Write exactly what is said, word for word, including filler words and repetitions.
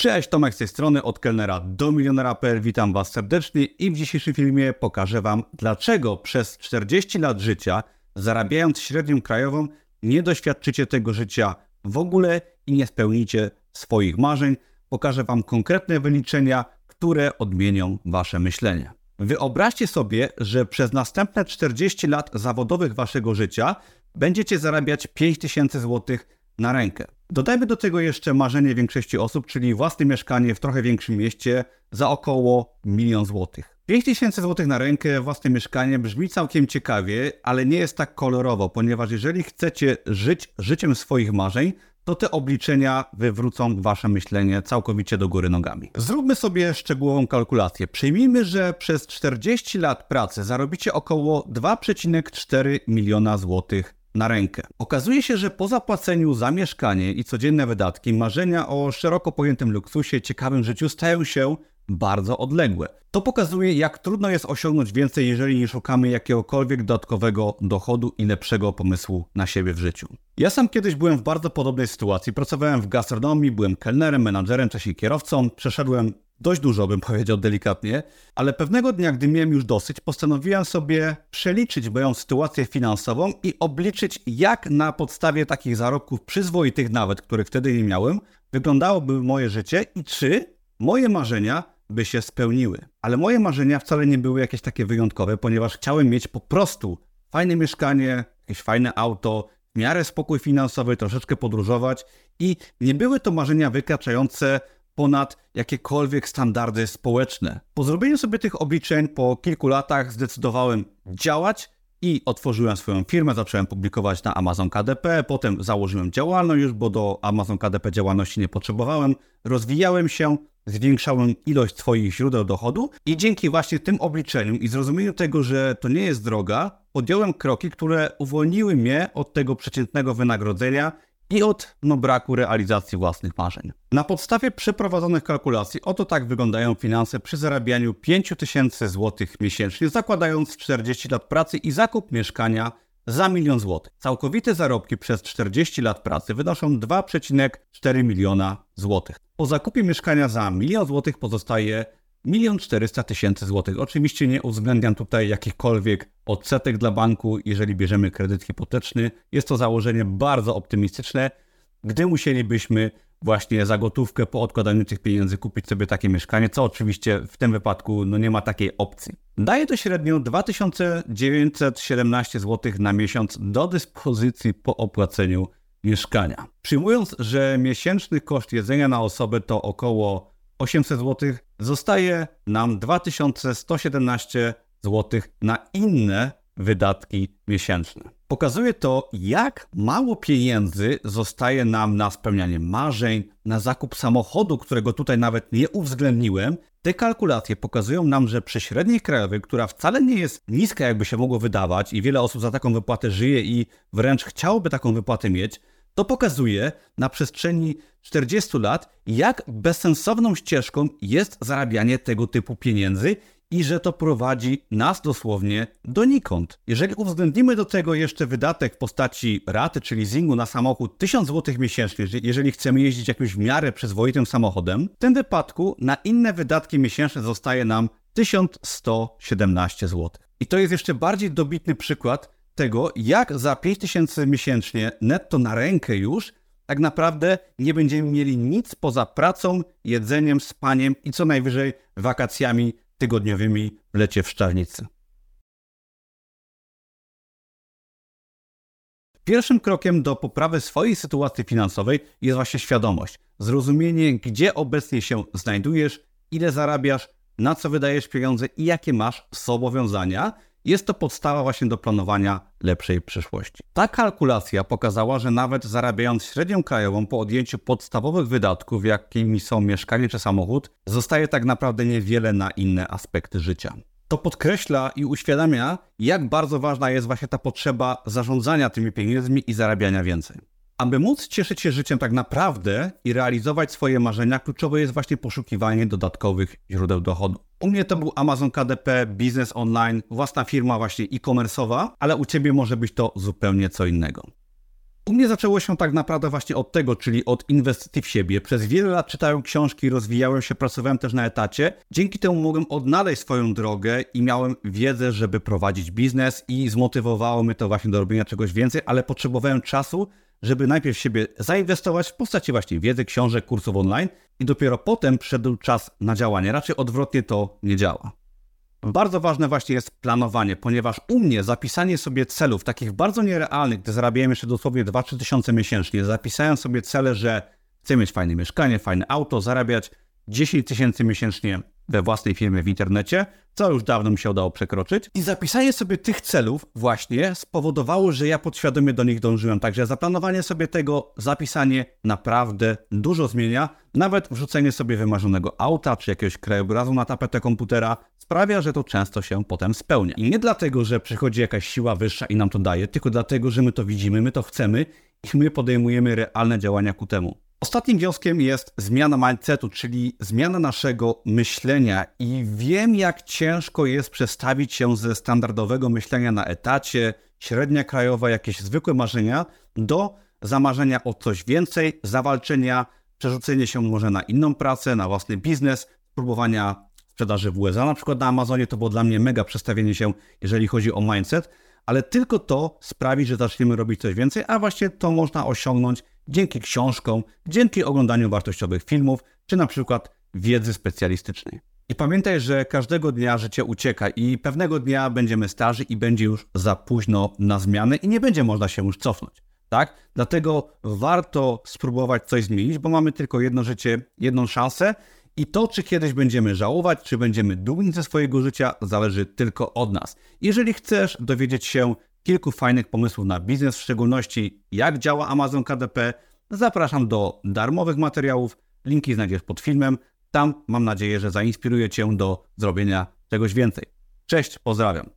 Cześć, Tomek z tej strony, od kelnera do milionera kropka p l. Witam Was serdecznie i w dzisiejszym filmie pokażę Wam, dlaczego przez czterdzieści lat życia, zarabiając średnią krajową, nie doświadczycie tego życia w ogóle i nie spełnicie swoich marzeń. Pokażę Wam konkretne wyliczenia, które odmienią Wasze myślenie. Wyobraźcie sobie, że przez następne czterdzieści lat zawodowych Waszego życia będziecie zarabiać pięć tysięcy złotych na rękę. Dodajmy do tego jeszcze marzenie większości osób, czyli własne mieszkanie w trochę większym mieście za około milion złotych. pięć tysięcy złotych na rękę, własne mieszkanie brzmi całkiem ciekawie, ale nie jest tak kolorowo, ponieważ jeżeli chcecie żyć życiem swoich marzeń, to te obliczenia wywrócą Wasze myślenie całkowicie do góry nogami. Zróbmy sobie szczegółową kalkulację. Przyjmijmy, że przez czterdzieści lat pracy zarobicie około dwa przecinek cztery miliona złotych na rękę. Okazuje się, że po zapłaceniu za mieszkanie i codzienne wydatki, marzenia o szeroko pojętym luksusie, ciekawym życiu stają się bardzo odległe. To pokazuje, jak trudno jest osiągnąć więcej, jeżeli nie szukamy jakiegokolwiek dodatkowego dochodu i lepszego pomysłu na siebie w życiu. Ja sam kiedyś byłem w bardzo podobnej sytuacji. Pracowałem w gastronomii, byłem kelnerem, menadżerem, wcześniej kierowcą. Przeszedłem dość dużo, bym powiedział delikatnie, ale pewnego dnia, gdy miałem już dosyć, postanowiłem sobie przeliczyć moją sytuację finansową i obliczyć, jak na podstawie takich zarobków przyzwoitych nawet, których wtedy nie miałem, wyglądałoby moje życie i czy moje marzenia by się spełniły. Ale moje marzenia wcale nie były jakieś takie wyjątkowe, ponieważ chciałem mieć po prostu fajne mieszkanie, jakieś fajne auto, w miarę spokój finansowy, troszeczkę podróżować i nie były to marzenia wykraczające ponad jakiekolwiek standardy społeczne. Po zrobieniu sobie tych obliczeń po kilku latach zdecydowałem działać i otworzyłem swoją firmę, zacząłem publikować na Amazon K D P, potem założyłem działalność już, bo do Amazon K D P działalności nie potrzebowałem, rozwijałem się, zwiększałem ilość swoich źródeł dochodu i dzięki właśnie tym obliczeniom i zrozumieniu tego, że to nie jest droga, podjąłem kroki, które uwolniły mnie od tego przeciętnego wynagrodzenia i od no, braku realizacji własnych marzeń. Na podstawie przeprowadzonych kalkulacji oto tak wyglądają finanse przy zarabianiu pięć tysięcy złotych miesięcznie, zakładając czterdzieści lat pracy i zakup mieszkania za milion złotych. Całkowite zarobki przez czterdzieści lat pracy wynoszą dwa przecinek cztery miliona złotych. Po zakupie mieszkania za milion złotych pozostaje milion czterysta tysięcy złotych. Oczywiście nie uwzględniam tutaj jakichkolwiek odsetek dla banku, jeżeli bierzemy kredyt hipoteczny. Jest to założenie bardzo optymistyczne, gdy musielibyśmy właśnie za gotówkę po odkładaniu tych pieniędzy kupić sobie takie mieszkanie, co oczywiście w tym wypadku no nie ma takiej opcji. Daje to średnio dwa tysiące dziewięćset siedemnaście złotych na miesiąc do dyspozycji po opłaceniu mieszkania. Przyjmując, że miesięczny koszt jedzenia na osobę to około osiemset złotych, zostaje nam dwa tysiące sto siedemnaście złotych na inne wydatki miesięczne. Pokazuje to, jak mało pieniędzy zostaje nam na spełnianie marzeń, na zakup samochodu, którego tutaj nawet nie uwzględniłem. Te kalkulacje pokazują nam, że przy średniej krajowej, która wcale nie jest niska, jakby się mogło wydawać i wiele osób za taką wypłatę żyje i wręcz chciałoby taką wypłatę mieć, to pokazuje na przestrzeni czterdziestu lat, jak bezsensowną ścieżką jest zarabianie tego typu pieniędzy i że to prowadzi nas dosłownie donikąd. Jeżeli uwzględnimy do tego jeszcze wydatek w postaci raty czy leasingu na samochód tysiąc złotych miesięcznie, jeżeli chcemy jeździć jakimś w miarę przyzwoitym samochodem, w tym wypadku na inne wydatki miesięczne zostaje nam tysiąc sto siedemnaście złotych. I to jest jeszcze bardziej dobitny przykład tego, jak za pięć tysięcy miesięcznie netto na rękę już tak naprawdę nie będziemy mieli nic poza pracą, jedzeniem, spaniem i co najwyżej wakacjami tygodniowymi w lecie w Szczawnicy. Pierwszym krokiem do poprawy swojej sytuacji finansowej jest właśnie świadomość, zrozumienie, gdzie obecnie się znajdujesz, ile zarabiasz, na co wydajesz pieniądze i jakie masz zobowiązania. Jest to podstawa właśnie do planowania lepszej przyszłości. Ta kalkulacja pokazała, że nawet zarabiając średnią krajową po odjęciu podstawowych wydatków, jakimi są mieszkanie czy samochód, zostaje tak naprawdę niewiele na inne aspekty życia. To podkreśla i uświadamia, jak bardzo ważna jest właśnie ta potrzeba zarządzania tymi pieniędzmi i zarabiania więcej. Aby móc cieszyć się życiem tak naprawdę i realizować swoje marzenia, kluczowe jest właśnie poszukiwanie dodatkowych źródeł dochodu. U mnie to był Amazon K D P, biznes online, własna firma właśnie e-commerce'owa, ale u Ciebie może być to zupełnie co innego. U mnie zaczęło się tak naprawdę właśnie od tego, czyli od inwestycji w siebie. Przez wiele lat czytałem książki, rozwijałem się, pracowałem też na etacie. Dzięki temu mogłem odnaleźć swoją drogę i miałem wiedzę, żeby prowadzić biznes i zmotywowało mnie to właśnie do robienia czegoś więcej, ale potrzebowałem czasu, żeby najpierw w siebie zainwestować w postaci właśnie wiedzy, książek, kursów online i dopiero potem przyszedł czas na działanie. Raczej odwrotnie to nie działa. Bardzo ważne właśnie jest planowanie, ponieważ u mnie zapisanie sobie celów takich bardzo nierealnych, gdy zarabiałem jeszcze dosłownie dwa trzy tysiące miesięcznie, zapisałem sobie cele, że chcę mieć fajne mieszkanie, fajne auto, zarabiać dziesięć tysięcy miesięcznie we własnej firmie w internecie, co już dawno mi się udało przekroczyć. I zapisanie sobie tych celów właśnie spowodowało, że ja podświadomie do nich dążyłem. Także zaplanowanie sobie tego, zapisanie naprawdę dużo zmienia. Nawet wrzucenie sobie wymarzonego auta czy jakiegoś krajobrazu na tapetę komputera sprawia, że to często się potem spełnia. I nie dlatego, że przychodzi jakaś siła wyższa i nam to daje, tylko dlatego, że my to widzimy, my to chcemy i my podejmujemy realne działania ku temu. Ostatnim wnioskiem jest zmiana mindsetu, czyli zmiana naszego myślenia i wiem, jak ciężko jest przestawić się ze standardowego myślenia na etacie, średnia krajowa, jakieś zwykłe marzenia, do zamarzenia o coś więcej, zawalczenia, przerzucenie się może na inną pracę, na własny biznes, spróbowania sprzedaży w U S A, na przykład na Amazonie. To było dla mnie mega przestawienie się, jeżeli chodzi o mindset, ale tylko to sprawi, że zaczniemy robić coś więcej, a właśnie to można osiągnąć dzięki książkom, dzięki oglądaniu wartościowych filmów, czy na przykład wiedzy specjalistycznej. I pamiętaj, że każdego dnia życie ucieka i pewnego dnia będziemy starzy i będzie już za późno na zmiany i nie będzie można się już cofnąć, tak? Dlatego warto spróbować coś zmienić, bo mamy tylko jedno życie, jedną szansę i to, czy kiedyś będziemy żałować, czy będziemy dumni ze swojego życia, zależy tylko od nas. Jeżeli chcesz dowiedzieć się kilku fajnych pomysłów na biznes, w szczególności jak działa Amazon K D P, zapraszam do darmowych materiałów, linki znajdziesz pod filmem. Tam mam nadzieję, że zainspiruję Cię do zrobienia czegoś więcej. Cześć, pozdrawiam.